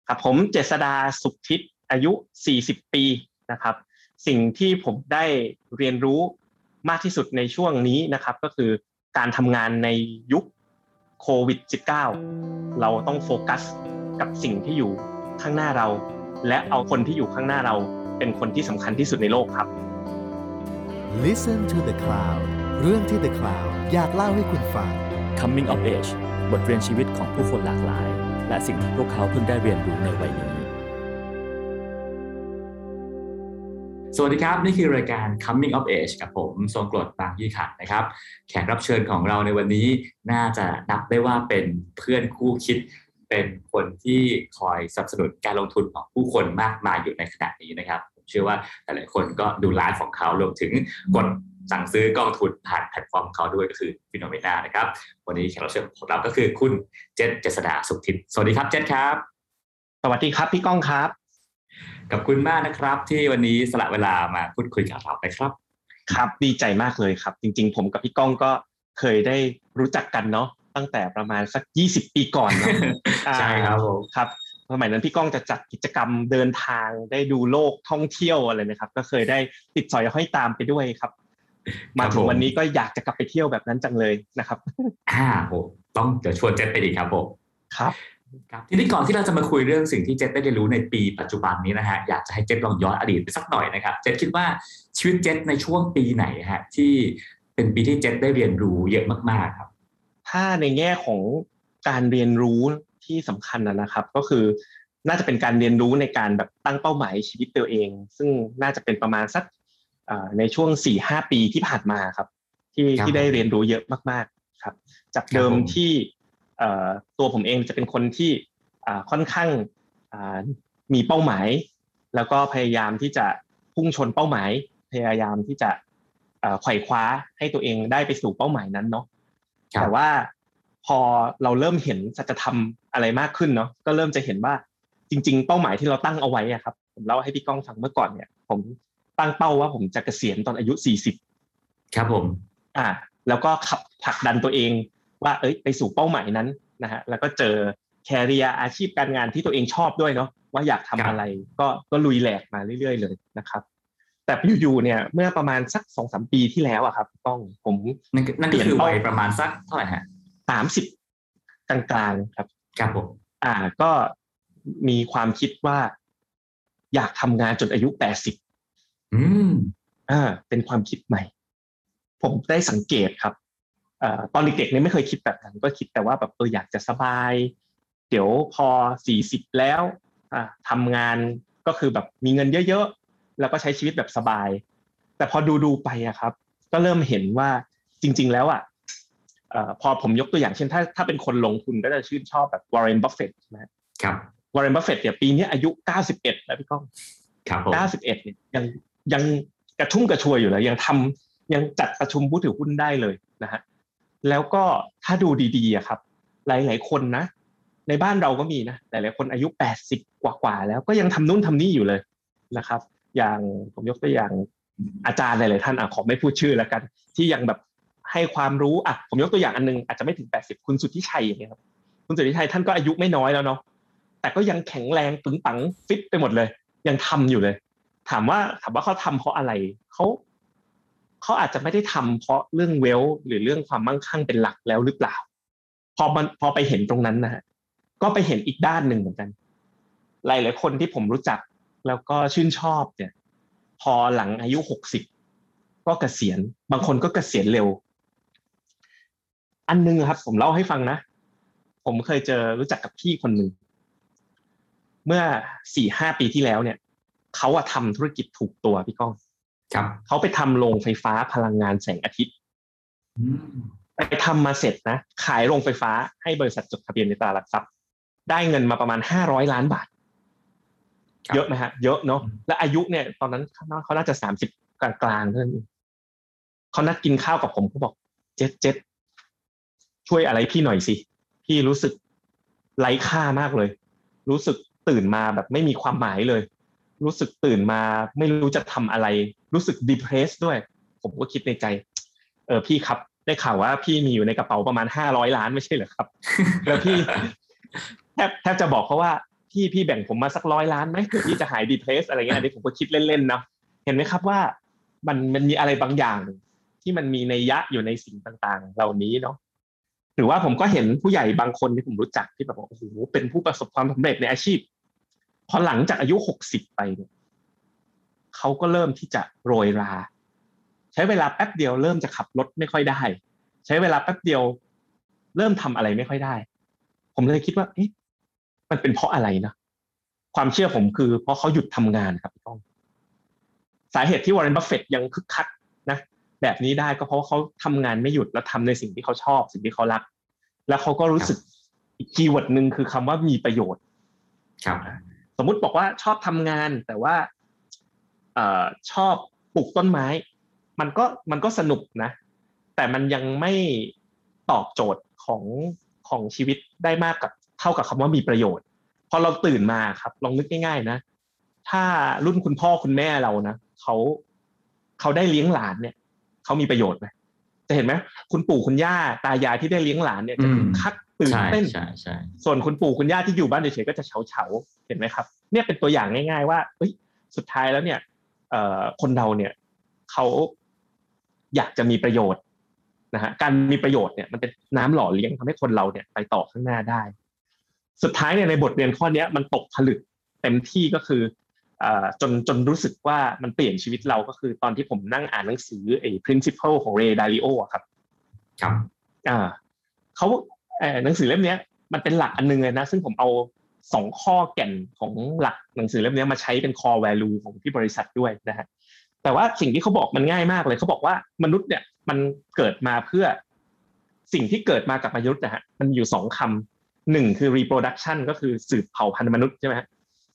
ครับผมเจษดาสุขทิศอายุ40ปีนะครับสิ่งที่ผมได้เรียนรู้มากที่สุดในช่วงนี้นะครับก็คือการทำงานในยุคโควิด -19 เราต้องโฟกัสกับสิ่งที่อยู่ข้างหน้าเราและเอาคนที่อยู่ข้างหน้าเราเป็นคนที่สำคัญที่สุดในโลกครับ Listen to the Cloud เรื่องที่ The Cloud อยากเล่าให้คุณฟัง Coming of Age บทเรียนชีวิตของผู้คนหลากหลายและสิ่งที่พวกเขาเพิ่งได้เรียนรู้ในวัยนี้สวัสดีครับนี่คือรายการ Coming of Age กับผมทรงกรดบางยี่ขันนะครับแขกรับเชิญของเราในวันนี้น่าจะนับได้ว่าเป็นเพื่อนคู่คิดเป็นคนที่คอยสนับสนุนการลงทุนของผู้คนมากมายอยู่ในขณะนี้นะครับผมเชื่อว่าหลายๆคนก็ดูไลฟ์ของเขารวมถึงกดสั่งซื้อกองทุนผ่านแพลตฟอร์มของเขาด้วยก็คือฟิโนเมนานะครับวันนี้แขกรับเชิญของเราก็คือคุณเจษเจษฎาสุขทิพย์สวัสดีครับเจษครับสวัสดีครับพี่ก้องครับขอบคุณมากนะครับที่วันนี้สละเวลามาพูดคุยกับเรานะครับครับดีใจมากเลยครับจริงๆผมกับพี่ก้องก็เคยได้รู้จักกันเนาะตั้งแต่ประมาณสัก20ปีก่อนเนาะใช่ครับผมครับสมัยนั้นพี่ก้องจะจัดกิจกรรมเดินทางได้ดูโลกท่องเที่ยวอะไรนะครับก็เคยได้ติดสอยห้อยตามไปด้วยครับมาถึงวันนี้ก็อยากจะกลับไปเที่ยวแบบนั้นจังเลยนะครับโหต้องเดี๋ยวชวนเจษไปดีครับผมครับครับทีนี้ก่อนที่เราจะมาคุยเรื่องสิ่งที่เจษได้เรียนรู้ในปีปัจจุบันนี้นะฮะอยากจะให้เจษลองย้อนอดีตไปสักหน่อยนะครับเจษคิดว่าชีวิตเจษในช่วงปีไหนฮะที่เป็นปีที่เจษได้เรียนรู้เยอะมากๆครับถ้าในแง่ของการเรียนรู้ที่สำคัญนะครับก็คือน่าจะเป็นการเรียนรู้ในการแบบตั้งเป้าหมายชีวิตตัวเองซึ่งน่าจะเป็นประมาณสักในช่วง 4-5 ปีที่ผ่านมาครับที่ได้เรียนรู้เยอะมากๆครับจากเดิมที่ตัวผมเองจะเป็นคนที่ค่อนข้างมีเป้าหมายแล้วก็พยายามที่จะพุ่งชนเป้าหมายพยายามที่จะไขว่คว้าให้ตัวเองได้ไปสู่เป้าหมายนั้นเนาะแต่ว่าพอเราเริ่มเห็นสัจธรรมอะไรมากขึ้นเนาะก็เริ่มจะเห็นว่าจริงๆเป้าหมายที่เราตั้งเอาไว้อะครับผมเล่าให้พี่ก้องฟังเมื่อก่อนเนี่ยผมตั้งเป้าว่าผมจะเกษียณตอนอายุ40 ครับผมแล้วก็ขับผลักดันตัวเองว่าไปสู่เป้าหมายนั้นนะฮะแล้วก็เจอแคเรียอาชีพการงานที่ตัวเองชอบด้วยเนาะว่าอยากทำอะไรก็ลุยแหลกมาเรื่อยๆเลยนะครับแต่อยู่ๆเนี่ยเมื่อประมาณสัก 2-3 ปีที่แล้วอะครับต้องผมนั่นก็คือวัยประมาณสักเท่าไหร่ฮะ 30กลางๆครับครับผมก็มีความคิดว่าอยากทำงานจนอายุ80เป็นความคิดใหม่ผมได้สังเกตครับตอนเด็กๆเนี่ยไม่เคยคิดแบบนั้นก็คิดแต่ว่าแบบอยากจะสบายเดี๋ยวพอ40แล้วทำงานก็คือแบบมีเงินเยอะๆแล้วก็ใช้ชีวิตแบบสบายแต่พอดูไปอะครับก็เริ่มเห็นว่าจริงๆแล้วพอผมยกตัวอย่างเช่นถ้าเป็นคนลงทุนก็จะชื่นชอบแบบวอร์เรน บัฟเฟตต์นะครับวอร์เรน บัฟเฟตต์เนี่ยปีนี้อายุ91แล้วพี่ก้องครับผม 91เนี่ยยังกระชุ่มกระชวยอยู่เลยยังจัดประชุมผู้ถือหุ้นได้เลยนะฮะแล้วก็ถ้าดูดีๆครับหลายๆคนนะในบ้านเราก็มีนะหลายๆคนอายุ80กว่าๆแล้วก็ยังทำนู่นทำนี่อยู่เลยนะครับอย่างผมยกตัวอย่างอาจารย์หลายๆท่านขอไม่พูดชื่อแล้วกันที่ยังแบบให้ความรู้ผมยกตัวอย่างอันนึงอาจจะไม่ถึง80คุณสุทธิชัยอย่างเงี้ยครับคุณสุทธิชัยท่านก็อายุไม่น้อยแล้วเนาะแต่ก็ยังแข็งแรงปึงปังฟิตไปหมดเลยยังทำอยู่เลยถามว่าเขาทำเพราะอะไรเขาอาจจะไม่ได้ทำเพราะเรื่องเวลหรือเรื่องความมั่งคั่งเป็นหลักแล้วหรือเปล่าพอไปเห็นตรงนั้นนะฮะก็ไปเห็นอีกด้านหนึ่งเหมือนกันหลายๆคนที่ผมรู้จักแล้วก็ชื่นชอบเนี่ยพอหลังอายุ60ก็เกษียณบางคนก็เกษียณเร็วอันนึงครับผมเล่าให้ฟังนะผมเคยรู้จักกับพี่คนหนึ่งเมื่อ 4-5 ปีที่แล้วเนี่ยเขาทำธุรกิจถูกตัวพี่ก้องเขาไปทำโรงไฟฟ้าพลังงานแสงอาทิตย์ไปทำมาเสร็จนะขายโรงไฟฟ้าให้บริษัทจดทะเบียนในตลาดหลักทรัพย์ได้เงินมาประมาณ500 ล้านบาทเยอะไหมฮะเยอะเนาะและอายุเนี่ยตอนนั้นเขาน่าจะ30กลางๆเท่านั้นเองเขานัดกินข้าวกับผมเขาบอกเจ็ดช่วยอะไรพี่หน่อยสิพี่รู้สึกไร้ค่ามากเลยรู้สึกตื่นมาแบบไม่มีความหมายเลยรู้สึกตื่นมาไม่รู้จะทำอะไรรู้สึก depressed ด้วยผมก็คิดในใจพี่ครับได้ข่าวว่าพี่มีอยู่ในกระเป๋าประมาณ500 ล้านไม่ใช่เหรอครับ แล้วพี่แทบจะบอกเขาว่าพี่แบ่งผมมาสัก100 ล้านไหมเพื่อที่จะหายดีเพรสอะไรเงี้ยอันนี้ผมก็คิดเล่นๆเนาะเห็นไหมครับว่ามันมีอะไรบางอย่างที่มันมีนัยยะอยู่ในสิ่งต่างๆเหล่านี้เนาะหรือว่าผมก็เห็นผู้ใหญ่บางคนที่ผมรู้จักที่แบบว่าโอ้โหเป็นผู้ประสบความสำเร็จในอาชีพพอหลังจากอายุ60ไปเนี่ยเขาก็เริ่มที่จะโรยราใช้เวลาแป๊บเดียวเริ่มจะขับรถไม่ค่อยได้ใช้เวลาแป๊บเดียวเริ่มทำอะไรไม่ค่อยได้ผมเลยคิดว่าเอ๊ะมันเป็นเพราะอะไรนะความเชื่อผมคือเพราะเขาหยุดทำงานครับพี่ก้องสาเหตุที่วอร์เรน บัฟเฟตต์ยังคึกคักนะแบบนี้ได้ก็เพราะเขาทำงานไม่หยุดแล้วทำในสิ่งที่เขาชอบสิ่งที่เขารักแล้วเขาก็รู้สึกอีกคีย์เวิร์ดนึงคือคำว่ามีประโยชน์ครับสมมุติบอกว่าชอบทำงานแต่ว่าชอบปลูกต้นไม้มันก็สนุกนะแต่มันยังไม่ตอบโจทย์ของชีวิตได้มากกับเท่ากับคำว่ามีประโยชน์พอเราตื่นมาครับลองนึกง่ายๆนะถ้ารุ่นคุณพ่อคุณแม่เรานะเขาได้เลี้ยงหลานเนี่ยเขามีประโยชน์ไหมจะเห็นไหมคุณปู่คุณย่าตายายที่ได้เลี้ยงหลานเนี่ยจะคึกคักตื่นเต้นส่วนคุณปู่คุณย่าที่อยู่บ้านเฉยๆก็จะเฉาๆเห็นไหมครับเนี่ยเป็นตัวอย่างง่ายๆว่าสุดท้ายแล้วเนี่ยคนเราเนี่ยเขาอยากจะมีประโยชน์นะฮะการมีประโยชน์เนี่ยมันเป็นน้ำหล่อเลี้ยงทำให้คนเราเนี่ยไปต่อข้างหน้าได้สุดท้ายเนี่ยในบทเรียนข้อนี้มันตกผลึกเต็มที่ก็คือจนรู้สึกว่ามันเปลี่ยนชีวิตเราก็คือตอนที่ผมนั่งอ่านหนังสือPrinciple ของ Ray Dalio ครับครับเขาหนังสือเล่มนี้มันเป็นหลักอันนึงเลยนะซึ่งผมเอา2ข้อแก่นของหลักหนังสือเล่มนี้มาใช้เป็น core value ของที่บริษัทด้วยนะฮะแต่ว่าสิ่งที่เขาบอกมันง่ายมากเลยเขาบอกว่ามนุษย์เนี่ยมันเกิดมาเพื่อสิ่งที่เกิดมากับมนุษย์นะฮะมันอยู่2คำ1คือ reproduction ก็คือสืบเผ่าพันธุ์มนุษย์ใช่ไหมฮะ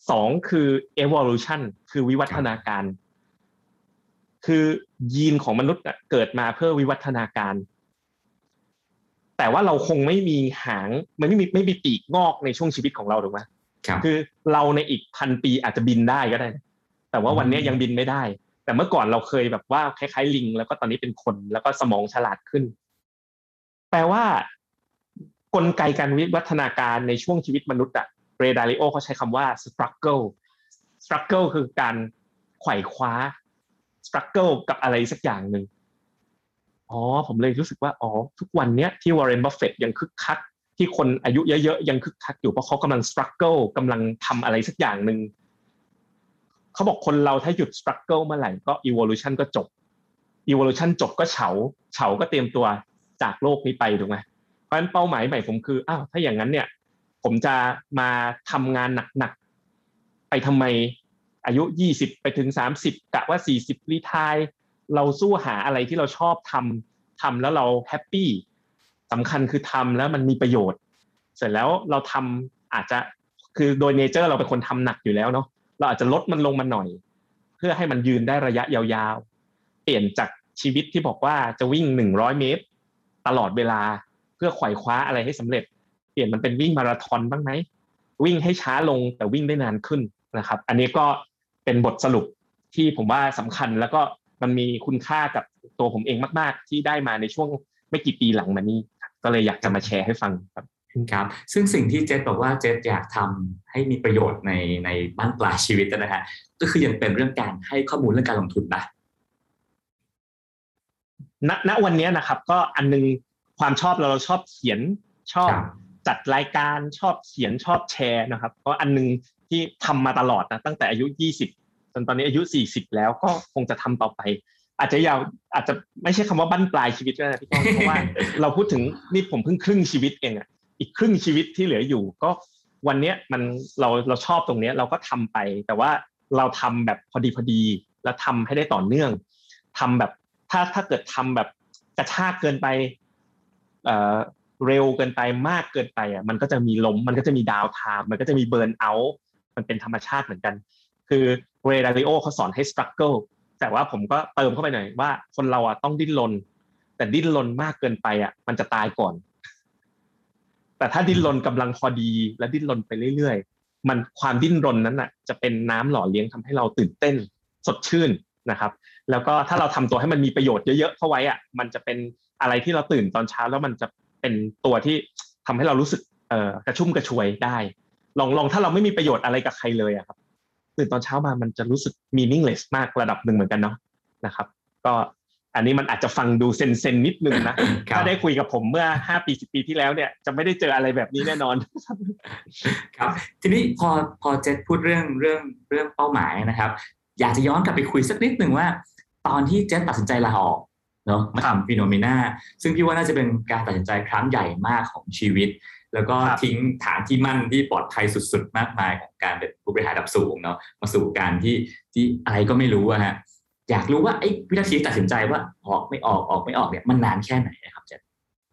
2คือ evolution คือวิวัฒนาการคือยีนของมนุษย์เกิดมาเพื่อวิวัฒนาการแต่ว่าเราคงไม่มีหางไม่มีปีกงอกในช่วงชีวิตของเราถูกไหมคือเราในอีก1,000 ปีอาจจะบินได้ก็ได้แต่ว่าวันนี้ยังบินไม่ได้แต่เมื่อก่อนเราเคยแบบว่าคล้ายๆลิงแล้วก็ตอนนี้เป็นคนแล้วก็สมองฉลาดขึ้นแปลว่ากลไกการวิวัฒนาการในช่วงชีวิตมนุษย์เรดาริโอเขาใช้คำว่า struggle คือการไขว่คว้า struggle กับอะไรสักอย่างหนึ่งผมเลยรู้สึกว่าทุกวันเนี้ยที่วอร์เรน บัฟเฟตต์ยังคึกคักที่คนอายุเยอะๆยังคึกคักอยู่เพราะเขากำลัง struggle กำลังทำอะไรสักอย่างหนึ่งเขาบอกคนเราถ้าหยุด struggle เมื่อไหร่ก็ evolution ก็จบ evolution จบก็เฉาก็เตรียมตัวจากโลกนี้ไปถูกไหมเพราะฉะนั้นเป้าหมายใหม่ผมคือถ้าอย่างนั้นเนี่ยผมจะมาทำงานหนักๆไปทำไมอายุ20ไปถึง30กะว่า40รีไทร์เราสู้หาอะไรที่เราชอบทำแล้วเราแฮปปี้สำคัญคือทำแล้วมันมีประโยชน์เสร็จแล้วเราทำอาจจะคือโดยเนเจอร์เราเป็นคนทำหนักอยู่แล้วเนาะเราอาจจะลดมันลงมาหน่อยเพื่อให้มันยืนได้ระยะยาวๆเปลี่ยนจากชีวิตที่บอกว่าจะวิ่ง100 เมตรตลอดเวลาเพื่อไขว่คว้าอะไรให้สำเร็จเปลี่ยนมันเป็นวิ่งมาราธอนบ้างไหมวิ่งให้ช้าลงแต่วิ่งได้นานขึ้นนะครับอันนี้ก็เป็นบทสรุปที่ผมว่าสำคัญแล้วก็มันมีคุณค่ากับตัวผมเองมากๆที่ได้มาในช่วงไม่กี่ปีหลังมานี้ก็เลยอยากจะมาแชร์ให้ฟังครับครับซึ่งสิ่งที่เจษบอกว่าเจษอยากทำให้มีประโยชน์ในบ้านปลายชีวิตนะฮะก็คือยังเป็นเรื่องการให้ข้อมูลเรื่องการลงทุนนะณวันนี้นะครับก็อันนึงความชอบเราชอบเขียนชอบจัดรายการชอบเขียนชอบแชร์นะครับเพราะอันนึงที่ทำมาตลอดนะตั้งแต่อายุ20จนตอนนี้อายุ40แล้วก็คงจะทำต่อไปอาจจะไม่ใช่คำว่าบั้นปลายชีวิตก็ได้พี่ก้องเพราะว่าเราพูดถึงนี่ผมเพิ่งครึ่งชีวิตเองอีกครึ่งชีวิตที่เหลืออยู่ก็วันนี้เราชอบตรงนี้เราก็ทำไปแต่ว่าเราทำแบบพอดีแล้วทำให้ได้ต่อเนื่องทำแบบถ้าเกิดทำแบบกระชากเกินไปเร็วเกินไปมากเกินไปมันก็จะมีล้มมันก็จะมีดาวน์ไทม์มันก็จะมีเบิร์นเอาท์มันเป็นธรรมชาติเหมือนกันคือเรดาริโอเขาสอนให้ struggle แต่ว่าผมก็เติมเข้าไปหน่อยว่าคนเราต้องดิ้นรนแต่ดิ้นรนมากเกินไปมันจะตายก่อนแต่ถ้าดิ้นรนกำลังพอดีและดิ้นรนไปเรื่อยๆมันความดิ้นรนนั้นจะเป็นน้ำหล่อเลี้ยงทำให้เราตื่นเต้นสดชื่นนะครับแล้วก็ถ้าเราทำตัวให้มันมีประโยชน์เยอะๆเข้าไว้มันจะเป็นอะไรที่เราตื่นตอนเช้าแล้วมันจะเป็นตัวที่ทำให้เรารู้สึกกระชุ่มกระชวยได้ลองถ้าเราไม่มีประโยชน์อะไรกับใครเลยอะครับตื่นตอนเช้ามามันจะรู้สึก meaningless มากระดับหนึ่งเหมือนกันเนาะนะครับก็อันนี้มันอาจจะฟังดูเซนนิดนึงนะถ้าได้คุยกับผมเมื่อ5 ปี 10 ปีที่แล้วเนี่ยจะไม่ได้เจออะไรแบบนี้แน่นอนครับทีนี้พอเจษพูดเรื่องเป้าหมายนะครับอยากจะย้อนกลับไปคุยสักนิดหนึ่งว่าตอนที่เจษตัดสินใจลาออกเนาะมาทำฟีโนเมนาซึ่งพี่ว่าน่าจะเป็นการตัดสินใจครั้งใหญ่มากของชีวิตแล้วก็ทิ้งฐานที่มั่นที่ปลอดภัยสุดๆมากมายของการเป็นผู้บริหารระดับสูงเนาะมาสู่การที่อะไรก็ไม่รู้อะฮะอยากรู้ว่าไอ้วินาทีตัดสินใจว่าออกไม่ออกเนี่ยมันนานแค่ไหนครับเจษ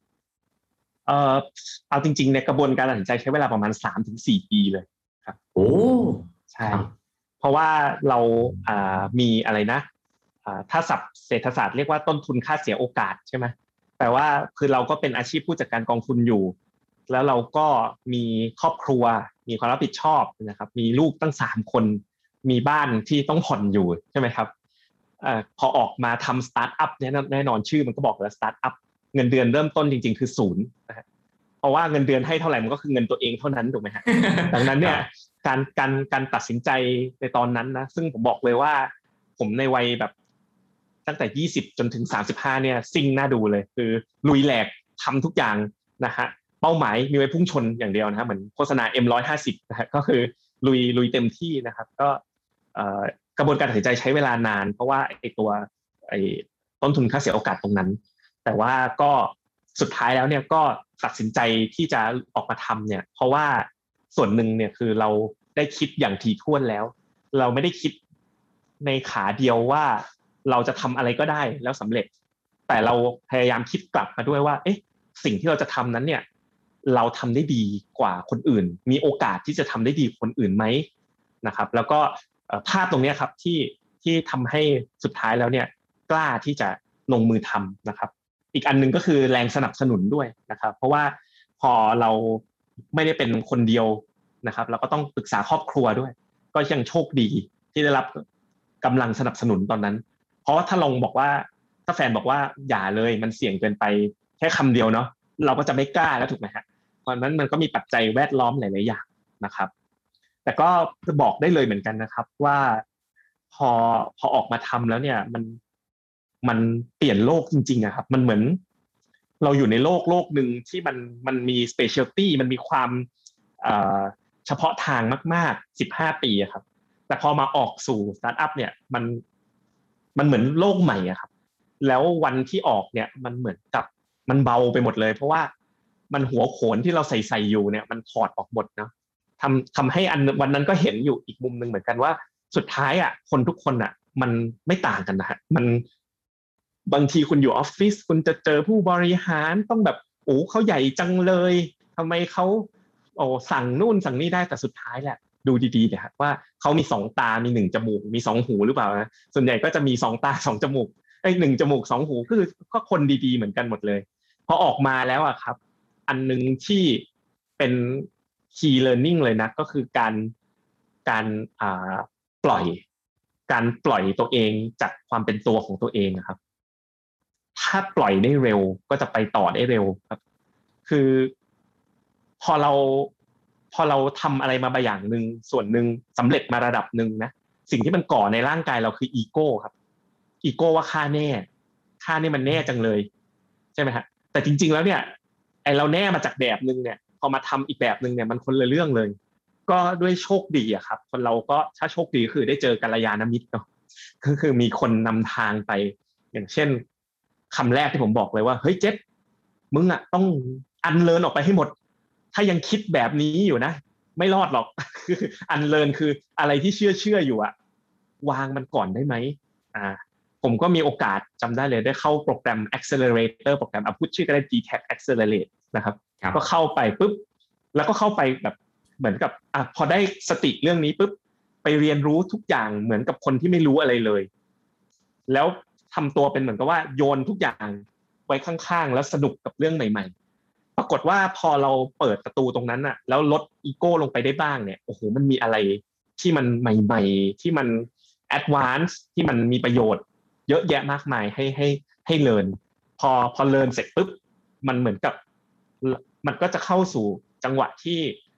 เอาจริงๆในกระบวนการตัดสินใจใช้เวลาประมาณ 3-4 ปีเลยครับโอ้ใช่เพราะว่าเรามีอะไรนะถ้าศัพท์เศรษฐศาสตร์เรียกว่าต้นทุนค่าเสียโอกาสใช่ไหมแต่ว่าคือเราก็เป็นอาชีพผู้จัดการกองทุนอยู่แล้วเราก็มีครอบครัวมีความรับผิดชอบนะครับมีลูกตั้ง3 คนมีบ้านที่ต้องผ่อนอยู่ใช่ไหมครับพอออกมาทำสตาร์ทอัพเนี่ยแน่นอนชื่อมันก็บอกแล้วสตาร์ทอัพเงินเดือนเริ่มต้นจริงๆคือ0นะฮะเพราะว่าเงินเดือนให้เท่าไหร่มันก็คือเงินตัวเองเท่านั้นถูกไหมฮะ ดังนั้นเนี่ยการตัดสินใจในตอนนั้นนะซึ่งผมบอกเลยว่าผมในวัยแบบตั้งแต่20จนถึง35เนี่ยซิ่งน่าดูเลยคือลุยแหลกทำทุกอย่างนะฮะเป้าหมายมีไว้พุ่งชนอย่างเดียวนะฮะเหมือนโฆษณา M150 นะฮะก็คือลุยเต็มที่นะครับก็กระบวนการตัดสินใจใช้เวลานานเพราะว่าไอ้ตัวต้นทุนค่าเสียโอกาสตรงนั้นแต่ว่าก็สุดท้ายแล้วเนี่ยก็ตัดสินใจที่จะออกมาทำเนี่ยเพราะว่าส่วนหนึ่งเนี่ยคือเราได้คิดอย่างถี่ถ้วนแล้วเราไม่ได้คิดในขาเดียวว่าเราจะทำอะไรก็ได้แล้วสำเร็จแต่เราพยายามคิดกลับมาด้วยว่าเอ๊ะสิ่งที่เราจะทำนั้นเนี่ยเราทำได้ดีกว่าคนอื่นมีโอกาสที่จะทำได้ดีกว่าคนอื่นไหมนะครับแล้วก็ภาพตรงนี้ครับที่ทำให้สุดท้ายแล้วเนี่ยกล้าที่จะลงมือทำนะครับอีกอันนึงก็คือแรงสนับสนุนด้วยนะครับเพราะว่าพอเราไม่ได้เป็นคนเดียวนะครับเราก็ต้องปรึกษาครอบครัวด้วยก็ยังโชคดีที่ได้รับกำลังสนับสนุนตอนนั้นเพราะว่าถ้าลองบอกว่าถ้าแฟนบอกว่าอย่าเลยมันเสี่ยงเกินไปแค่คำเดียวเนาะเราก็จะไม่กล้าแล้วถูกไหมฮะเพราะนั้นมันก็มีปัจจัยแวดล้อมหลายๆอย่างนะครับแต่ก็จะบอกได้เลยเหมือนกันนะครับว่าพอออกมาทำแล้วเนี่ยมันเปลี่ยนโลกจริงๆครับมันเหมือนเราอยู่ในโลกหนึ่งที่มันมี specialty มันมีความเฉพาะทางมากๆ15 ปีครับแต่พอมาออกสู่สตาร์ทอัพเนี่ยมันเหมือนโลกใหม่ครับแล้ววันที่ออกเนี่ยมันเหมือนกับมันเบาไปหมดเลยเพราะว่ามันหัวโขนที่เราใส่อยู่เนี่ยมันถอดออกหมดนะทำให้วันนั้นก็เห็นอยู่อีกมุมนึงเหมือนกันว่าสุดท้ายคนทุกคนมันไม่ต่างกันนะฮะมันบางทีคุณอยู่ออฟฟิศคุณจะเจอผู้บริหารต้องแบบโอ้เขาใหญ่จังเลยทำไมเขาสั่งนู่นสั่งนี่ได้แต่สุดท้ายแหละดูดีๆเนี่ยว่าเขามี2 ตามี1 จมูกมี2 หูหรือเปล่านะส่วนใหญ่ก็จะมี2 ตา2 จมูก1 จมูก2 หูก็คนดีๆเหมือนกันหมดเลยพอออกมาแล้วครับอันนึงที่เป็น key learning เลยนะก็คือการปล่อยตัวเองจากความเป็นตัวของตัวเองนะครับถ้าปล่อยได้เร็วก็จะไปต่อได้เร็วครับคือพอเราทำอะไรมาบางอย่างนึงส่วนหนึ่งสำเร็จมาระดับหนึ่งนะสิ่งที่มันก่อในร่างกายเราคืออีโก้ครับอีโก้ว่าข้าแน่มันแน่จังเลยใช่ไหมฮะแต่จริงๆแล้วเนี่ยไอเราแน่มาจากแบบนึงเนี่ยพอมาทำอีกแบบนึงเนี่ยมันคนละเรื่องเลยก็ด้วยโชคดีครับคนเราก็ถ้าโชคดีคือได้เจอกัลยาณมิตรเนาะก็คือมีคนนำทางไปอย่างเช่นคำแรกที่ผมบอกเลยว่าเฮ้ยเจษมึงต้องอันเลิร์นออกไปให้หมดถ้ายังคิดแบบนี้อยู่นะไม่รอดหรอกคืออันเลิร์นคืออะไรที่เชื่ออยู่วางมันก่อนได้ไหมผมก็มีโอกาสจำได้เลยได้เข้าโปรแกรม Accelerator โปรแกรมพูดชื่อก็ได้ GTAC Accelerate นะครับก็เข้าไปปุ๊บแล้วก็เข้าไปแบบเหมือนกับพอได้สติเรื่องนี้ปุ๊บไปเรียนรู้ทุกอย่างเหมือนกับคนที่ไม่รู้อะไรเลยแล้วทำตัวเป็นเหมือนกับว่าโยนทุกอย่างไว้ข้างๆแล้วสนุกกับเรื่องใหม่ๆปรากฏว่าพอเราเปิดประตูตรงนั้นแล้วลดอีโก้ลงไปได้บ้างเนี่ยโอ้โหมันมีอะไรที่มันใหม่ๆที่มันแอดวานซ์ที่มันมีประโยชน์เยอะแยะมากมายให้เรียนพอเรียนเสร็จปุ๊บมันเหมือนกับมันก็จะเข้าสู่จังหวะที่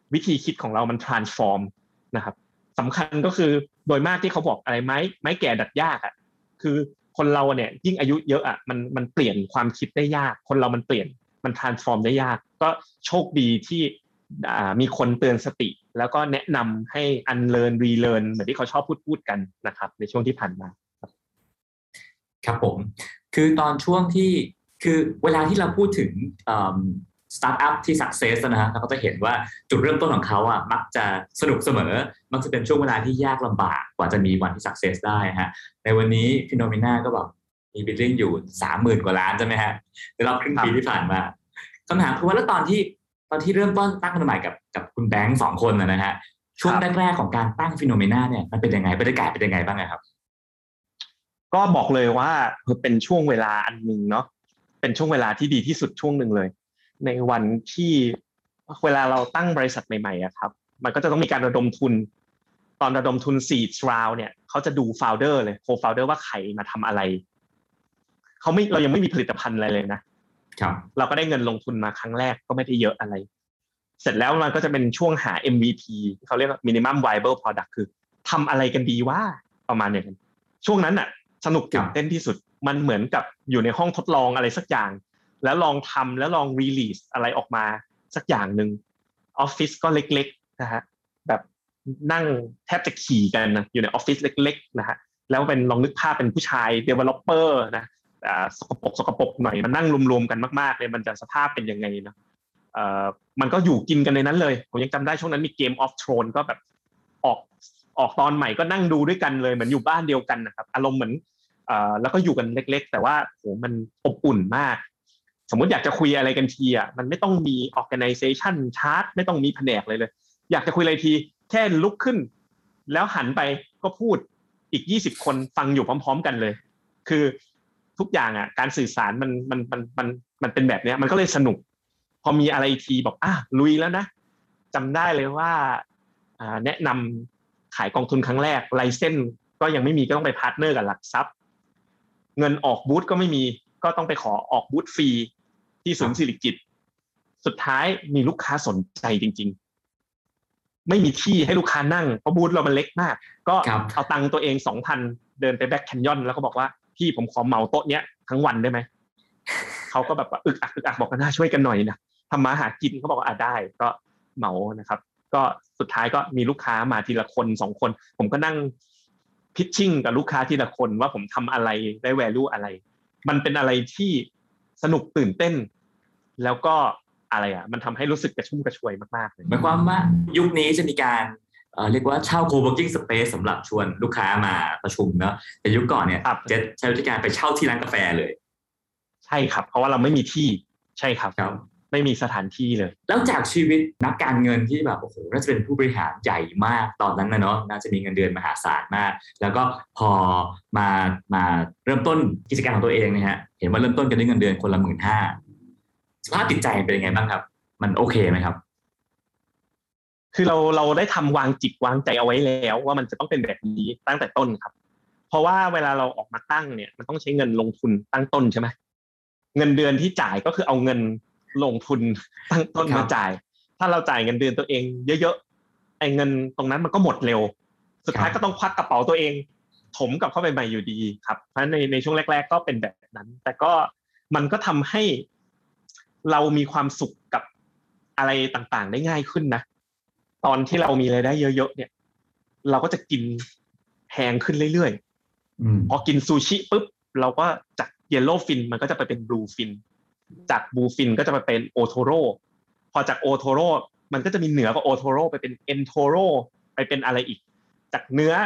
วิธีคิดของเรามัน transform นะครับสำคัญก็คือโดยมากที่เขาบอกอะไรไม้แก่ดัดยากอ่ะคือคนเราเนี่ยยิ่งอายุเยอะอ่ะมันเปลี่ยนความคิดได้ยากคนเรามันเปลี่ยนมัน transform ได้ยากก็โชคดีที่มีคนเตือนสติแล้วก็แนะนำให้ unlearn relearn เหมือนที่เขาชอบพูดกันนะครับในช่วงที่ผ่านมาครับผมคือตอนช่วงที่คือเวลาที่เราพูดถึงสตาร์ทอัพที่ success นะฮะเราก็จะเห็นว่าจุดเริ่มต้นของเขาอ่ะมักจะสนุกเสมอมักจะเป็นช่วงเวลาที่ยากลำบากกว่าจะมีวันที่ success ได้ฮะในวันนี้ฟิโนเมนาก็แบบมีบิลลิ่งอยู่ 30,000 กว่าล้านใช่ไหมฮะในรอบครึ่งปีที่ผ่านมาคำถามคือว่าแล้วตอนที่เริ่มต้นตั้งขึ้นใหม่กับคุณแบงค์2 คนนะฮะช่วงแรกๆของการตั้งฟิโนเมนาเนี่ยมันเป็นยังไงบรรยากาศเป็นยังไงบ้างครับก็บอกเลยว่าเป็นช่วงเวลาอันนึงเนาะเป็นช่วงเวลาที่ดีที่สุดช่วงหนึ่งเลยในวันที่เวลาเราตั้งบริษัทใหม่ๆอะครับมันก็จะต้องมีการระดมทุนตอนระดมทุน seed round เนี่ยเขาจะดู founder เลย co-founder ว่าใครมาทำอะไรเรายังไม่มีผลิตภัณฑ์อะไรเลยนะครับเราก็ได้เงินลงทุนมาครั้งแรกก็ไม่ได้เยอะอะไรเสร็จแล้วมันก็จะเป็นช่วงหา MVP เขาเรียกว่า minimum viable product คือทำอะไรกันดีว่าประมาณอย่างนั้นช่วงนั้นน่ะสนุกตื่นเต้นที่สุดมันเหมือนกับอยู่ในห้องทดลองอะไรสักอย่างแล้วลองทำแล้วลองรีลีสอะไรออกมาสักอย่างหนึ่งออฟฟิศก็เล็กๆนะฮะแบบนั่งแทบจะขี่กันนะอยู่ในออฟฟิศเล็กๆนะฮะแล้วเป็นลองนึกภาพเป็นผู้ชาย developer นะสกปรกหน่อยมันนั่งรวมๆกันมากๆเลยมันจะสภาพเป็นยังไงนะมันก็อยู่กินกันในนั้นเลยผมยังจำได้ช่วงนั้นมี Game of Thrones ก็แบบออกตอนใหม่ก็นั่งดูด้วยกันเลยเหมือนอยู่บ้านเดียวกันนะครับอารมณ์เหมือนแล้วก็อยู่กันเล็กๆแต่ว่าโหมันอบอุ่นมากสมมติอยากจะคุยอะไรกันทีอ่ะมันไม่ต้องมี organization chart ไม่ต้องมีแผนกเลยอยากจะคุยอะไรทีแค่ลุกขึ้นแล้วหันไปก็พูดอีก20 คนฟังอยู่พร้อมๆกันเลยคือทุกอย่างอ่ะการสื่อสารมันเป็นแบบนี้มันก็เลยสนุกพอมีอะไรทีบอกลุยแล้วนะจำได้เลยว่าแนะนำขายกองทุนครั้งแรกไลเซนส์ก็ยังไม่มีก็ต้องไปพาร์ทเนอร์กับหลักทรัพย์เงินออกบูธก็ไม่มีก็ต้องไปขอออกบูธฟรีที่ศูนย์สิริกิติ์สุดท้ายมีลูกค้าสนใจจริงๆไม่มีที่ให้ลูกค้านั่งเพราะบูธเรามันเล็กมากก็เอาตังค์ตัวเอง 2,000 เดินไปแบ็คแคนยอนแล้วก็บอกว่าพี่ผมขอเหมาโต๊ะเนี้ยทั้งวันได้ไหมเขาก็แบบอึกอักบอกกันช่วยกันหน่อยนะทำมาหากินเขาบอกว่าได้ก็เหมานะครับก็สุดท้ายก็มีลูกค้ามาทีละคน2 คนผมก็นั่งพิชชิ่งกับลูกค้าทีละคนว่าผมทำอะไรได้ value อะไรมันเป็นอะไรที่สนุกตื่นเต้นแล้วก็อะไรมันทำให้รู้สึกกระชุ่มกระชวยมากๆเลยหมายความว่ายุคนี้จะมีการเรียกว่าเช่า co-working space สำหรับชวนลูกค้ามาประชุมเนาะแต่ยุคก่อนเนี่ยจะใช้วิธีการไปเช่าที่ร้านกาแฟเลยใช่ครับเพราะว่าเราไม่มีที่ใช่ครับไม่มีสถานที่เลยแล้วจากชีวิตนักการเงินที่แบบโอ้โหน่าจะเป็นผู้บริหารใหญ่มากตอนนั้นนะเนาะน่าจะมีเงินเดือนมหาศาลมากแล้วก็พอมาเริ่มต้นกิจการของตัวเองเนี่ยฮะเห็นว่าเริ่มต้นกันด้วยเงินเดือนคนละ 15,000 สภาพจิตใจเป็นยังไงบ้างครับมันโอเคไหมครับคือเราได้ทำวางจิตวางใจเอาไว้แล้วว่ามันจะต้องเป็นแบบนี้ตั้งแต่ต้นครับเพราะว่าเวลาเราออกมาตั้งเนี่ยมันต้องใช้เงินลงทุนตั้งต้นใช่ไหมเงินเดือนที่จ่ายก็คือเอาเงินลงทุนตั้งต้นมาจ่ายถ้าเราจ่ายเงินเดือนตัวเองเยอะๆไอ้เงินตรงนั้นมันก็หมดเร็วสุดท้ายก็ต้องควักกระเป๋าตัวเองถมกลับเข้าไปใหม่อยู่ดีครับเพราะในช่วงแรกๆก็เป็นแบบนั้นแต่ก็มันก็ทำให้เรามีความสุขกับอะไรต่างๆได้ง่ายขึ้นนะตอนที่เรามีรายได้เยอะๆเนี่ยเราก็จะกินแพงขึ้นเรื่อยๆพอกินซูชิปุ๊บเราก็จากเยลโล่ฟินมันก็จะไปเป็นบลูฟินจากบลูฟินก็จะไปเป็นโอโทโร่พอจากโอโทโร่มันก็จะมีเหนือกว่าโอโทโร่ไปเป็นเอนโทโร่ไปเป็นอะไรอีกจากเนื้อ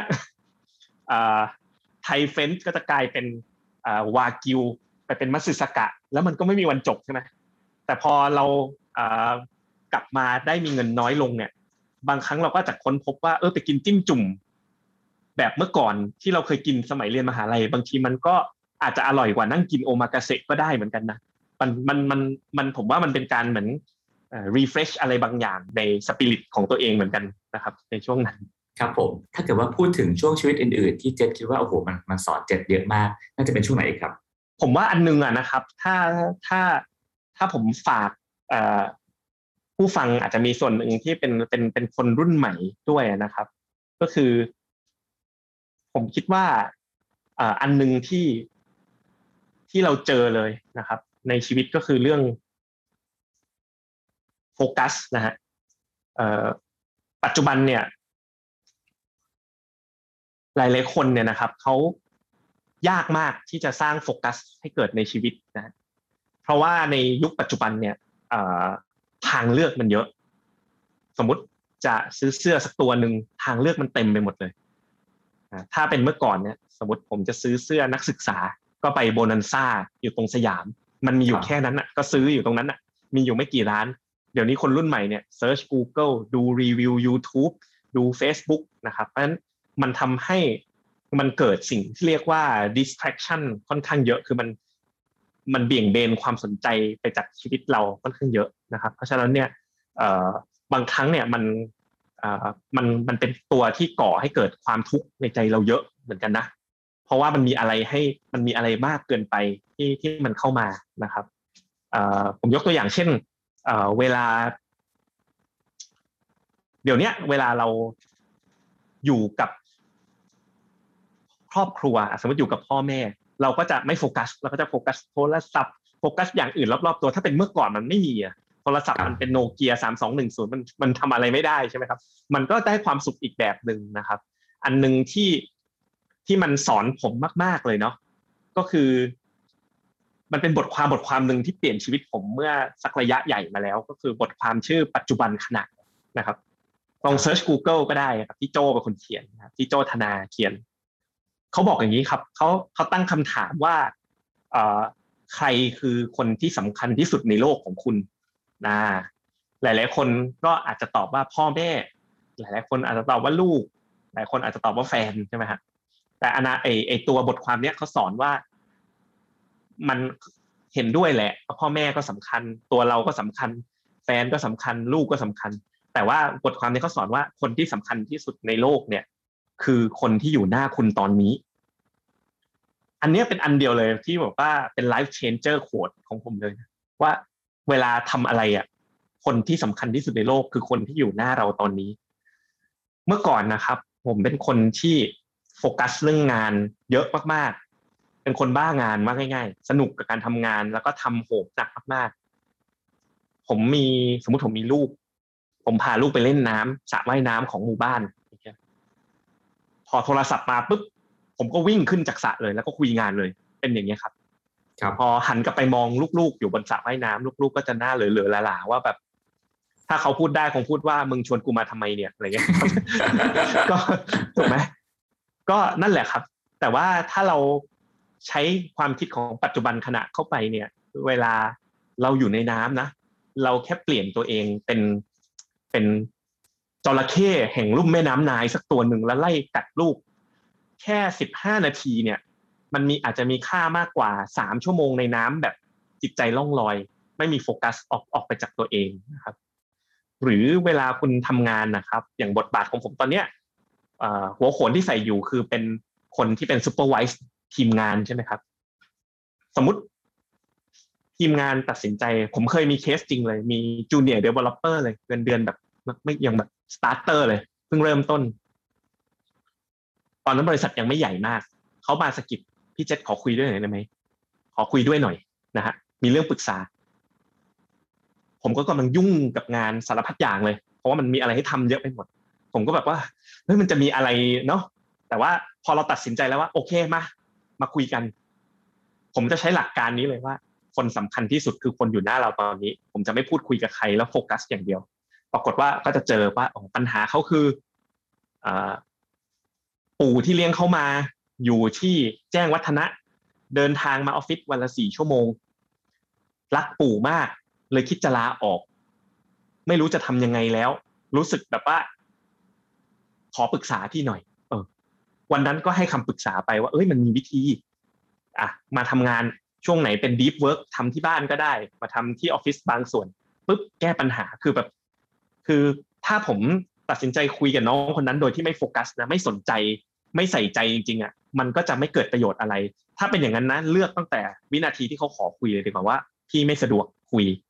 ไทเฟนก็จะกลายเป็นวากิวไปเป็นมัตสึสกะแล้วมันก็ไม่มีวันจบใช่ไหมแต่พอเรากลับมาได้มีเงินน้อยลงเนี่ยบางครั้งเราก็จะค้นพบว่าไปกินจิ้มจุ่มแบบเมื่อก่อนที่เราเคยกินสมัยเรียนมหาลัยบางทีมันก็อาจจะอร่อยกว่านั่งกินโอมากาเสะก็ได้เหมือนกันนะมันผมว่ามันเป็นการเหมือนrefresh อะไรบางอย่างในสปิริตของตัวเองเหมือนกันนะครับในช่วงนั้นครับผมถ้าเกิดว่าพูดถึงช่วงชีวิตอื่นๆที่เจษคิดว่าโอ้โหมันสอนเจษเยอะมากน่าจะเป็นช่วงไหนครับผมว่าอันนึงนะครับถ้าผมฝากผู้ฟังอาจจะมีส่วนหนึ่งที่เป็นคนรุ่นใหม่ด้วยนะครับก็คือผมคิดว่าอันนึงที่เราเจอเลยนะครับในชีวิตก็คือเรื่องโฟกัสนะฮะปัจจุบันเนี่ยหลายๆคนเนี่ยนะครับเขายากมากที่จะสร้างโฟกัสให้เกิดในชีวิตนะเพราะว่าในยุคปัจจุบันเนี่ยทางเลือกมันเยอะสมมุติจะซื้อเสื้อสักตัวหนึ่งทางเลือกมันเต็มไปหมดเลยถ้าเป็นเมื่อก่อนเนี่ยสมมติผมจะซื้อเสื้อนักศึกษาก็ไปโบนันซ่าอยู่ตรงสยามมันมีอยู่แค่นั้นน่ะก็ซื้ออยู่ตรงนั้นน่ะมีอยู่ไม่กี่ร้านเดี๋ยวนี้คนรุ่นใหม่เนี่ยเซิร์ช Google ดูรีวิว YouTube ดู Facebook นะครับเพราะฉะนั้นมันทำให้มันเกิดสิ่งที่เรียกว่า distraction ค่อนข้างเยอะคือมันเบี่ยงเบนความสนใจไปจากชีวิตเราค่อนข้างเยอะนะครับเพราะฉะนั้นเนี่ยบางครั้งเนี่ยมันเป็นตัวที่ก่อให้เกิดความทุกข์ในใจเราเยอะเหมือนกันนะเพราะว่ามันมีอะไรมากเกินไปที่มันเข้ามานะครับผมยกตัวอย่างเช่นเวลาเดี๋ยวนี้เวลาเราอยู่กับครอบครัวสมมติอยู่กับพ่อแม่เราก็จะไม่โฟกัสเราก็จะโฟกัสโทรศัพท์โฟกัสอย่างอื่นรอบๆตัวถ้าเป็นเมื่อก่อนมันไม่มีโทรศัพท์มันเป็นโนเกีย3210มันทำอะไรไม่ได้ใช่ไหมครับมันก็ได้ความสุขอีกแบบนึงนะครับอันนึงที่มันสอนผมมากๆเลยเนาะก็คือมันเป็นบทความนึงที่เปลี่ยนชีวิตผมเมื่อสักระยะใหญ่มาแล้วก็คือบทความชื่อปัจจุบันขณะนะครับลองเซิร์ช Google ก็ได้ครับที่โจเป็นคนเขียนนะครับที่โจธนาเขียนเขาบอกอย่างนี้ครับเขาตั้งคำถามว่าใครคือคนที่สำคัญที่สุดในโลกของคุณหลายๆคนก็อาจจะตอบว่าพ่อแม่หลายๆคนอาจจะตอบว่าลูกหลายคนอาจจะตอบว่าแฟนใช่ไหมฮะแต่ไอตัวบทความเนี้ยเขาสอนว่ามันเห็นด้วยแหละพ่อแม่ก็สำคัญตัวเราก็สำคัญแฟนก็สำคัญลูกก็สำคัญแต่ว่าบทความนี้เขาสอนว่าคนที่สำคัญที่สุดในโลกเนี่ยคือคนที่อยู่หน้าคุณตอนนี้อันนี้เป็นอันเดียวเลยที่บอกว่าเป็น life changer quote ของผมเลยว่าเวลาทำอะไรคนที่สำคัญที่สุดในโลกคือคนที่อยู่หน้าเราตอนนี้เมื่อก่อนนะครับผมเป็นคนที่โฟกัสเรื่องงานเยอะมากๆเป็นคนบ้างานมากง่ายๆสนุกกับการทำงานแล้วก็ทำโหมหนักมากๆสมมติผมมีลูกผมพาลูกไปเล่นน้ำสระว่ายน้ำของหมู่บ้านพอโทรศัพท์มาปุ๊บผมก็วิ่งขึ้นจากสระเลยแล้วก็คุยงานเลยเป็นอย่างนี้ครับพอหันกลับไปมองลูกๆอยู่บนสระว่ายน้ำลูกๆก็จะหน้าเหลือๆหลาๆว่าแบบถ้าเขาพูดได้คงพูดว่ามึงชวนกูมาทำไมเนี่ยอะไรเงี้ย ก็ถูกไหมก็นั่นแหละครับแต่ว่าถ้าเราใช้ความคิดของปัจจุบันขณะเข้าไปเนี่ยเวลาเราอยู่ในน้ำนะเราแค่เปลี่ยนตัวเองเป็นจระเข้แห่งลุ่มแม่น้ำไนล์สักตัวหนึ่งแล้วไล่กัดลูกแค่15นาทีเนี่ยมันอาจจะมีค่ามากกว่า3ชั่วโมงในน้ำแบบจิตใจล่องลอยไม่มีโฟกัสออกไปจากตัวเองนะครับหรือเวลาคุณทำงานนะครับอย่างบทบาทของผมตอนเนี้ยหัวโขนที่ใส่อยู่คือเป็นคนที่เป็นซูเปอร์ไวส์ทีมงานใช่ไหมครับสมมุติทีมงานตัดสินใจผมเคยมีเคสจริงเลยมีจูเนียร์เดเวลลอปเปอร์เลยเงินเดือนแบบไม่ยังแบบสตาร์เตอร์เลยเพิ่งเริ่มต้นตอนนั้นบริษัทยังไม่ใหญ่มากเขามาสะกิดพี่เจษขอคุยด้วยหน่อยได้ไหมขอคุยด้วยหน่อยนะฮะมีเรื่องปรึกษาผมก็กำลังยุ่งกับงานสารพัดอย่างเลยเพราะว่ามันมีอะไรให้ทำเยอะไปหมดผมก็แบบว่าเฮ้ยมันจะมีอะไรเนาะแต่ว่าพอเราตัดสินใจแล้วว่าโอเคมาคุยกันผมจะใช้หลักการนี้เลยว่าคนสำคัญที่สุดคือคนอยู่หน้าเราตอนนี้ผมจะไม่พูดคุยกับใครแล้วโฟกัสอย่างเดียวปรากฏว่าก็จะเจอว่าปัญหาเขาคือปู่ที่เลี้ยงเขามาอยู่ที่แจ้งวัฒนะเดินทางมาออฟฟิศวันละ4 ชั่วโมงรักปู่มากเลยคิดจะลาออกไม่รู้จะทำยังไงแล้วรู้สึกแบบว่าขอปรึกษาพี่หน่อยวันนั้นก็ให้คำปรึกษาไปว่ามันมีวิธีมาทำงานช่วงไหนเป็น deep work ทำที่บ้านก็ได้มาทำที่ออฟฟิศบางส่วนปุ๊บแก้ปัญหาคือถ้าผมตัดสินใจคุยกับน้องคนนั้นโดยที่ไม่โฟกัสนะไม่สนใจไม่ใส่ใจจริงๆมันก็จะไม่เกิดประโยชน์อะไรถ้าเป็นอย่างนั้นนะเลือกตั้งแต่วินาทีที่เขาขอคุยเลยดีกว่าว่าพี่ไม่สะดวกคุย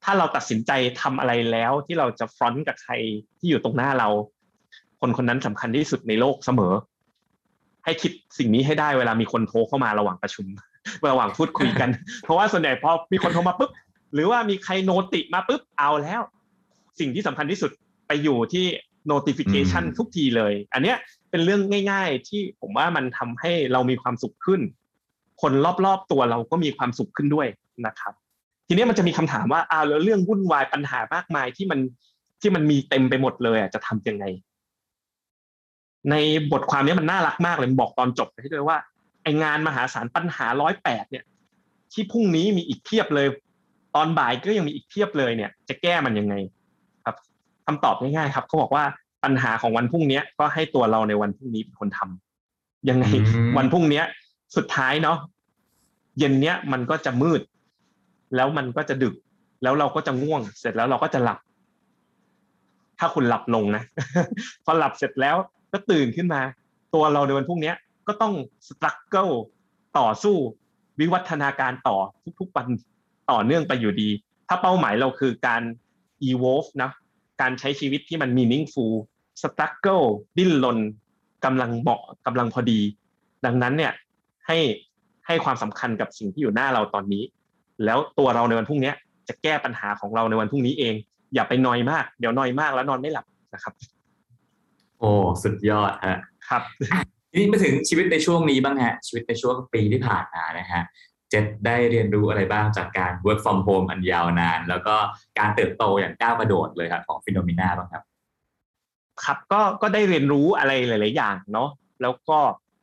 ถ้าเราตัดสินใจทำอะไรแล้วที่เราจะฟรอนต์กับใครที่อยู่ตรงหน้าเราคนคนนั้นสำคัญที่สุดในโลกเสมอให้คิดสิ่งนี้ให้ได้เวลามีคนโทรเข้ามาระหว่างประชุม ระหว่างพูดคุยกัน เพราะว่าส่วนใหญ่พอมีคนโทรมาปุ๊บหรือว่ามีใครโนติมาปุ๊บเอาแล้วสิ่งที่สำคัญที่สุดไปอยู่ที่ notification ทุกทีเลยอันเนี้ยเป็นเรื่องง่ายๆที่ผมว่ามันทำให้เรามีความสุขขึ้นคนรอบๆตัวเราก็มีความสุขขึ้นด้วยนะครับทีนี้มันจะมีคำถามว่าแล้วเรื่องวุ่นวายปัญหามากมายที่มันมีเต็มไปหมดเลยจะทำยังไงในบทความนี้มันน่ารักมากเลยบอกตอนจบให้ด้วยว่าไองานมหาศาลปัญหา108เนี่ยที่พรุ่งนี้มีอีกเพียบเลยตอนบ่ายก็ยังมีอีกเพียบเลยเนี่ยจะแก้มันยังไงครับคำตอบง่ายๆครับเขาบอกว่าปัญหาของวันพรุ่งนี้ก็ให้ตัวเราในวันพรุ่งนี้เป็นคนทำยังไงวันพรุ่งนี้สุดท้ายเนาะเย็นเนี้ยมันก็จะมืดแล้วมันก็จะดึกแล้วเราก็จะง่วงเสร็จแล้วเราก็จะหลับถ้าคุณหลับลงนะ พอหลับเสร็จแล้วก็ตื่นขึ้นมาตัวเราในวันพรุ่งนี้ก็ต้องสตรักเกิลต่อสู้วิวัฒนาการต่อทุกๆวันต่อเนื่องไปอยู่ดีถ้าเป้าหมายเราคือการ evolve นะการใช้ชีวิตที่มัน meaningful struggle ดิ้นรนกำลังเหมาะกำลังพอดีดังนั้นเนี่ยให้ความสำคัญกับสิ่งที่อยู่หน้าเราตอนนี้แล้วตัวเราในวันพรุ่งนี้จะแก้ปัญหาของเราในวันพรุ่งนี้เองอย่าไปนอยมากเดี๋ยวนอยมากแล้วนอนไม่หลับนะครับโอ้สุดยอดฮะครับทีนี้มาถึงชีวิตในช่วงนี้บ้างฮะชีวิตในช่วงปีที่ผ่านมานะฮะเจษได้เรียนรู้อะไรบ้างจากการ work from home อันยาวนานแล้วก็การเติบโตอย่างก้าวกระโดดเลยครับของ Phenomena บ้างครับครับก็ได้เรียนรู้อะไรหลายๆอย่างเนาะแล้วก็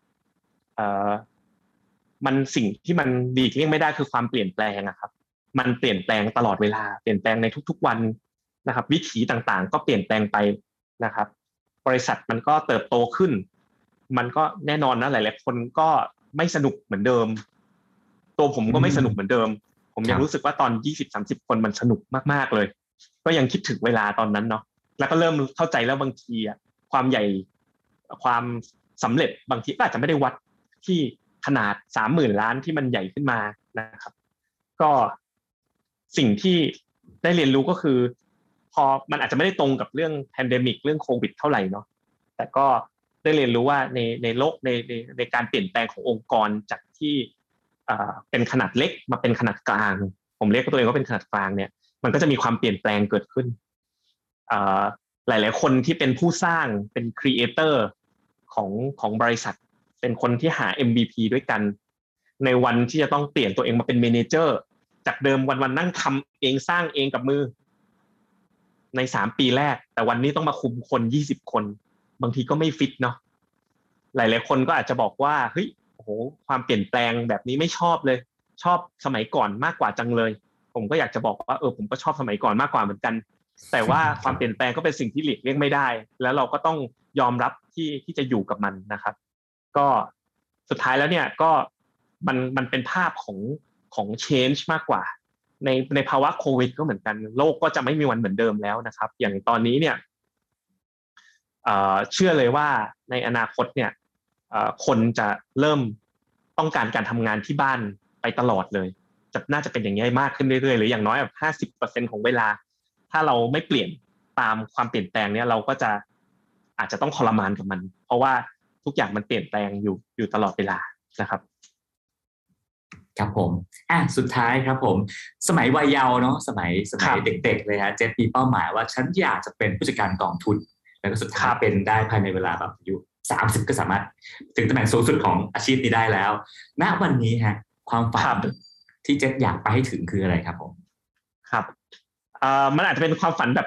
มันสิ่งที่มันดีที่ยังไม่ได้คือความเปลี่ยนแปลงอะครับมันเปลี่ยนแปลงตลอดเวลาเปลี่ยนแปลงในทุกๆวันนะครับวิถีต่างๆก็เปลี่ยนแปลงไปนะครับบริษัทมันก็เติบโตขึ้นมันก็แน่นอนนะหลายๆคนก็ไม่สนุกเหมือนเดิมตัวผมก็ไม่สนุกเหมือนเดิมผมยังรู้สึกว่าตอน 20-30 คนมันสนุกมากๆเลยก็ยังคิดถึงเวลาตอนนั้นเนาะแล้วก็เริ่มเข้าใจแล้วบางทีความใหญ่ความสำเร็จบางทีก็อาจจะไม่ได้วัดที่ขนาด 30,000 ล้านที่มันใหญ่ขึ้นมานะครับก็สิ่งที่ได้เรียนรู้ก็คือพอมันอาจจะไม่ได้ตรงกับเรื่องแพนเดมิกเรื่องโควิดเท่าไหร่เนาะแต่ก็ได้เรียนรู้ว่าในโลกในการเปลี่ยนแปลงขององค์กรจากที่เป็นขนาดเล็กมาเป็นขนาดกลางผมเรียกตัวเองว่าเป็นขนาดกลางเนี่ยมันก็จะมีความเปลี่ยนแปลงเกิดขึ้นหลายๆคนที่เป็นผู้สร้างเป็นครีเอเตอร์ของบริษัทเป็นคนที่หา MVP ด้วยกันในวันที่จะต้องเปลี่ยนตัวเองมาเป็นเมเนเจอร์จากเดิมวันนั่งทำเองสร้างเองกับมือใน3 ปีแรกแต่วันนี้ต้องมาคุมคน20 คนบางทีก็ไม่ฟิตเนาะหลายๆคนก็อาจจะบอกว่าเฮ้ยโอ้โหความเปลี่ยนแปลงแบบนี้ไม่ชอบเลยชอบสมัยก่อนมากกว่าจังเลยผมก็อยากจะบอกว่าผมก็ชอบสมัยก่อนมากกว่าเหมือนกันแต่ว่าความเปลี่ยนแปลงก็เป็นสิ่งที่หลีกเลี่ยงไม่ได้แล้วเราก็ต้องยอมรับที่จะอยู่กับมันนะครับก็สุดท้ายแล้วเนี่ยก็มันเป็นภาพของ change มากกว่าในภาวะโควิดก็เหมือนกันโลกก็จะไม่มีวันเหมือนเดิมแล้วนะครับอย่างตอนนี้เนี่ยเชื่อเลยว่าในอนาคตเนี่ยคนจะเริ่มต้องการทำงานที่บ้านไปตลอดเลยน่าจะเป็นอย่างนี้มากขึ้นเรื่อยๆหรืออย่างน้อย50% ของเวลาถ้าเราไม่เปลี่ยนตามความเปลี่ยนแปลงเนี่ยเราก็จะอาจจะต้องทรมานกับมันเพราะว่าทุกอย่างมันเปลี่ยนแปลงอยู่ตลอดเวลานะครับครับผมสุดท้ายครับผมสมัยวัยเยาว์เนาะสมัยเด็กๆเลยฮะเจษมีเป้าหมายว่าฉันอยากจะเป็นผู้จัดการกองทุนแล้วก็สุดท้ายเป็นได้ภายในเวลาแบบอายุ30ก็สามารถถึงตำแหน่งสูงสุดของอาชีพนี้ได้แล้วณวันนี้ฮะความฝันที่เจษอยากไปให้ถึงคืออะไรครับผมครับมันอาจจะเป็นความฝันแบบ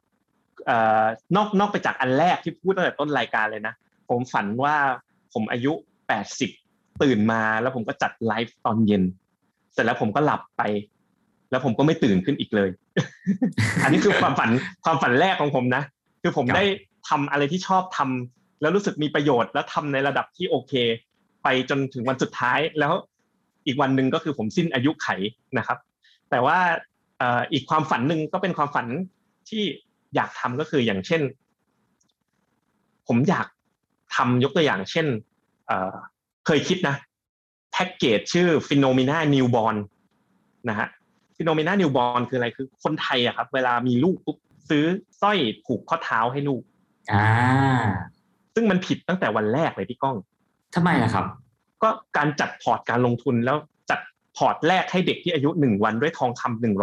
นอกไปจากอันแรกที่พูดตั้งแต่ต้นรายการเลยนะผมฝันว่าผมอายุ80ตื่นมาแล้วผมก็จัดไลฟ์ตอนเย็นเสร็จแล้วผมก็หลับไปแล้วผมก็ไม่ตื่นขึ้นอีกเลย อันนี้คือความฝันแรกของผมนะคือผมได้ทำอะไรที่ชอบทำแล้วรู้สึกมีประโยชน์แล้วทำในระดับที่โอเคไปจนถึงวันสุดท้ายแล้วอีกวันนึงก็คือผมสิ้นอายุไขนะครับแต่ว่าอีกความฝันนึงก็เป็นความฝันที่อยากทำก็คืออย่างเช่นผมอยากทำยกตัวอย่างเช่นเคยคิดนะแพ็กเกจชื่อ Phenomena Newborn นะฮะ Phenomena Newborn คืออะไรคือคนไทยอะครับเวลามีลูกปุ๊บซื้อสร้อยผูกข้อเท้าให้ลูกซึ่งมันผิดตั้งแต่วันแรกเลยพี่ก้องทำไมล่ะครับก็การจัดพอร์ตการลงทุนแล้วจัดพอร์ตแรกให้เด็กที่อายุ1วันด้วยทองคำ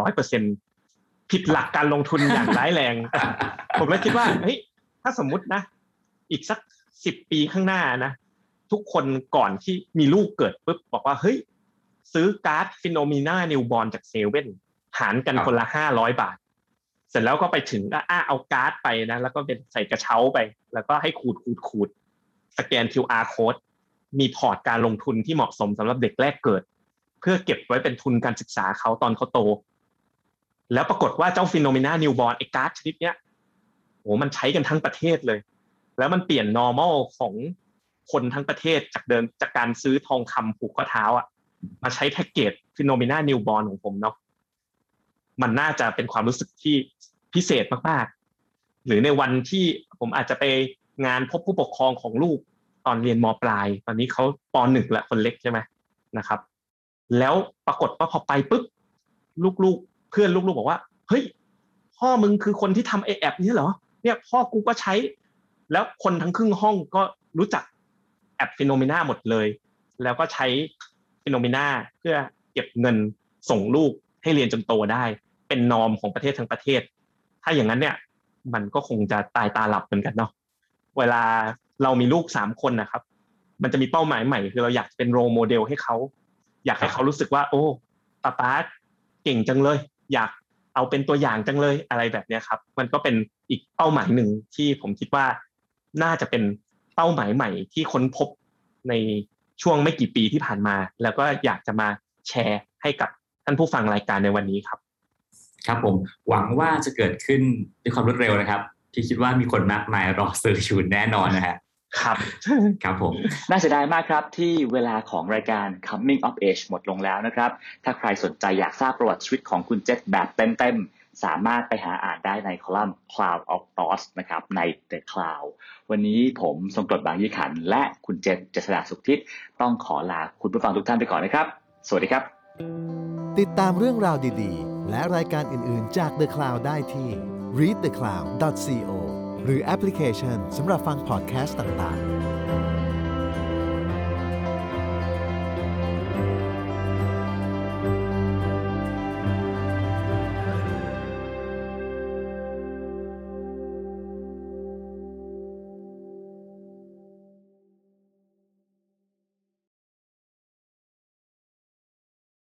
100% ผิดหลักการลงทุนอย่างร้ายแรง ผมเลยคิดว่าเฮ้ยถ้าสมมุตินะอีกสัก10 ปีข้างหน้านะทุกคนก่อนที่มีลูกเกิดปุ๊บบอกว่าเฮ้ยซื้อการ์ด Phenomena Newborn จากเซเว่นหารกันคนละ500 บาทเสร็จแล้วก็ไปถึงก็เอาการ์ดไปนะแล้วก็เป็นใส่กระเช้าไปแล้วก็ให้ขูดสแกน QR code มีพอร์ตการลงทุนที่เหมาะสมสำหรับเด็กแรกเกิดเพื่อเก็บไว้เป็นทุนการศึกษาเขาตอนเขาโตแล้วปรากฏว่าเจ้า Phenomena Newborn ไอ้การ์ดชนิดเนี้ยโหมันใช้กันทั้งประเทศเลยแล้วมันเปลี่ยน normal ของคนทั้งประเทศจากการซื้อทองคำผูกข้อเท้าอ่ะมาใช้แพ็กเกจ Phenomena Newborn ของผมเนาะมันน่าจะเป็นความรู้สึกที่พิเศษมากๆหรือในวันที่ผมอาจจะไปงานพบผู้ปกครองของลูกตอนเรียนม.ปลายตอนนี้เขาป.1 แล้วคนเล็กใช่ไหมนะครับแล้วปรากฏว่าพอไปปุ๊บลูกๆเพื่อนลูกๆบอกว่าเฮ้ยพ่อมึงคือคนที่ทำไอ้แอปนี้เหรอเนี่ยพ่อกูก็ใช้แล้วคนทั้งครึ่งห้องก็รู้จักแอป Phenomena หมดเลยแล้วก็ใช้ Phenomena เพื่อเก็บเงินส่งลูกให้เรียนจนโตได้เป็นนอร์มของประเทศทั้งประเทศถ้าอย่างนั้นเนี่ยมันก็คงจะตายตาหลับเหมือนกันเนาะเวลาเรามีลูก3 คนนะครับมันจะมีเป้าหมายใหม่คือเราอยากเป็นโรลโมเดลให้เขาอยากให้เขารู้สึกว่าโอ้ป๊าเก่งจังเลยอยากเอาเป็นตัวอย่างจังเลยอะไรแบบนี้ครับมันก็เป็นอีกเป้าหมายหนึ่งที่ผมคิดว่าน่าจะเป็นเป้าหมายใหม่ที่ค้นพบในช่วงไม่กี่ปีที่ผ่านมาแล้วก็อยากจะมาแชร์ให้กับท่านผู้ฟังรายการในวันนี้ครับครับผมหวังว่าจะเกิดขึ้นด้วยความรวดเร็วนะครับที่คิดว่ามีคนมากมายรอซื้ออยู่แน่นอนนะฮะครับครับผมน่าเสียดายมากครับที่เวลาของรายการ Coming of Age หมดลงแล้วนะครับถ้าใครสนใจอยากทราบประวัติชีวิตของคุณเจษแบบเต็มๆสามารถไปหาอ่านได้ในคอลัมน์ Cloud of Thoughts นะครับใน The Cloud วันนี้ผมทรงกรดบางยี่ขันและคุณเจษเจษฎาสุขทิศต้องขอลาคุณผู้ฟังทุกท่านไปก่อนนะครับสวัสดีครับติดตามเรื่องราวดีๆและรายการอื่นๆจาก The Cloud ได้ที่ readthecloud.co หรือแอปพลิเคชันสำหรับฟังพอดแคสต์ต่างๆ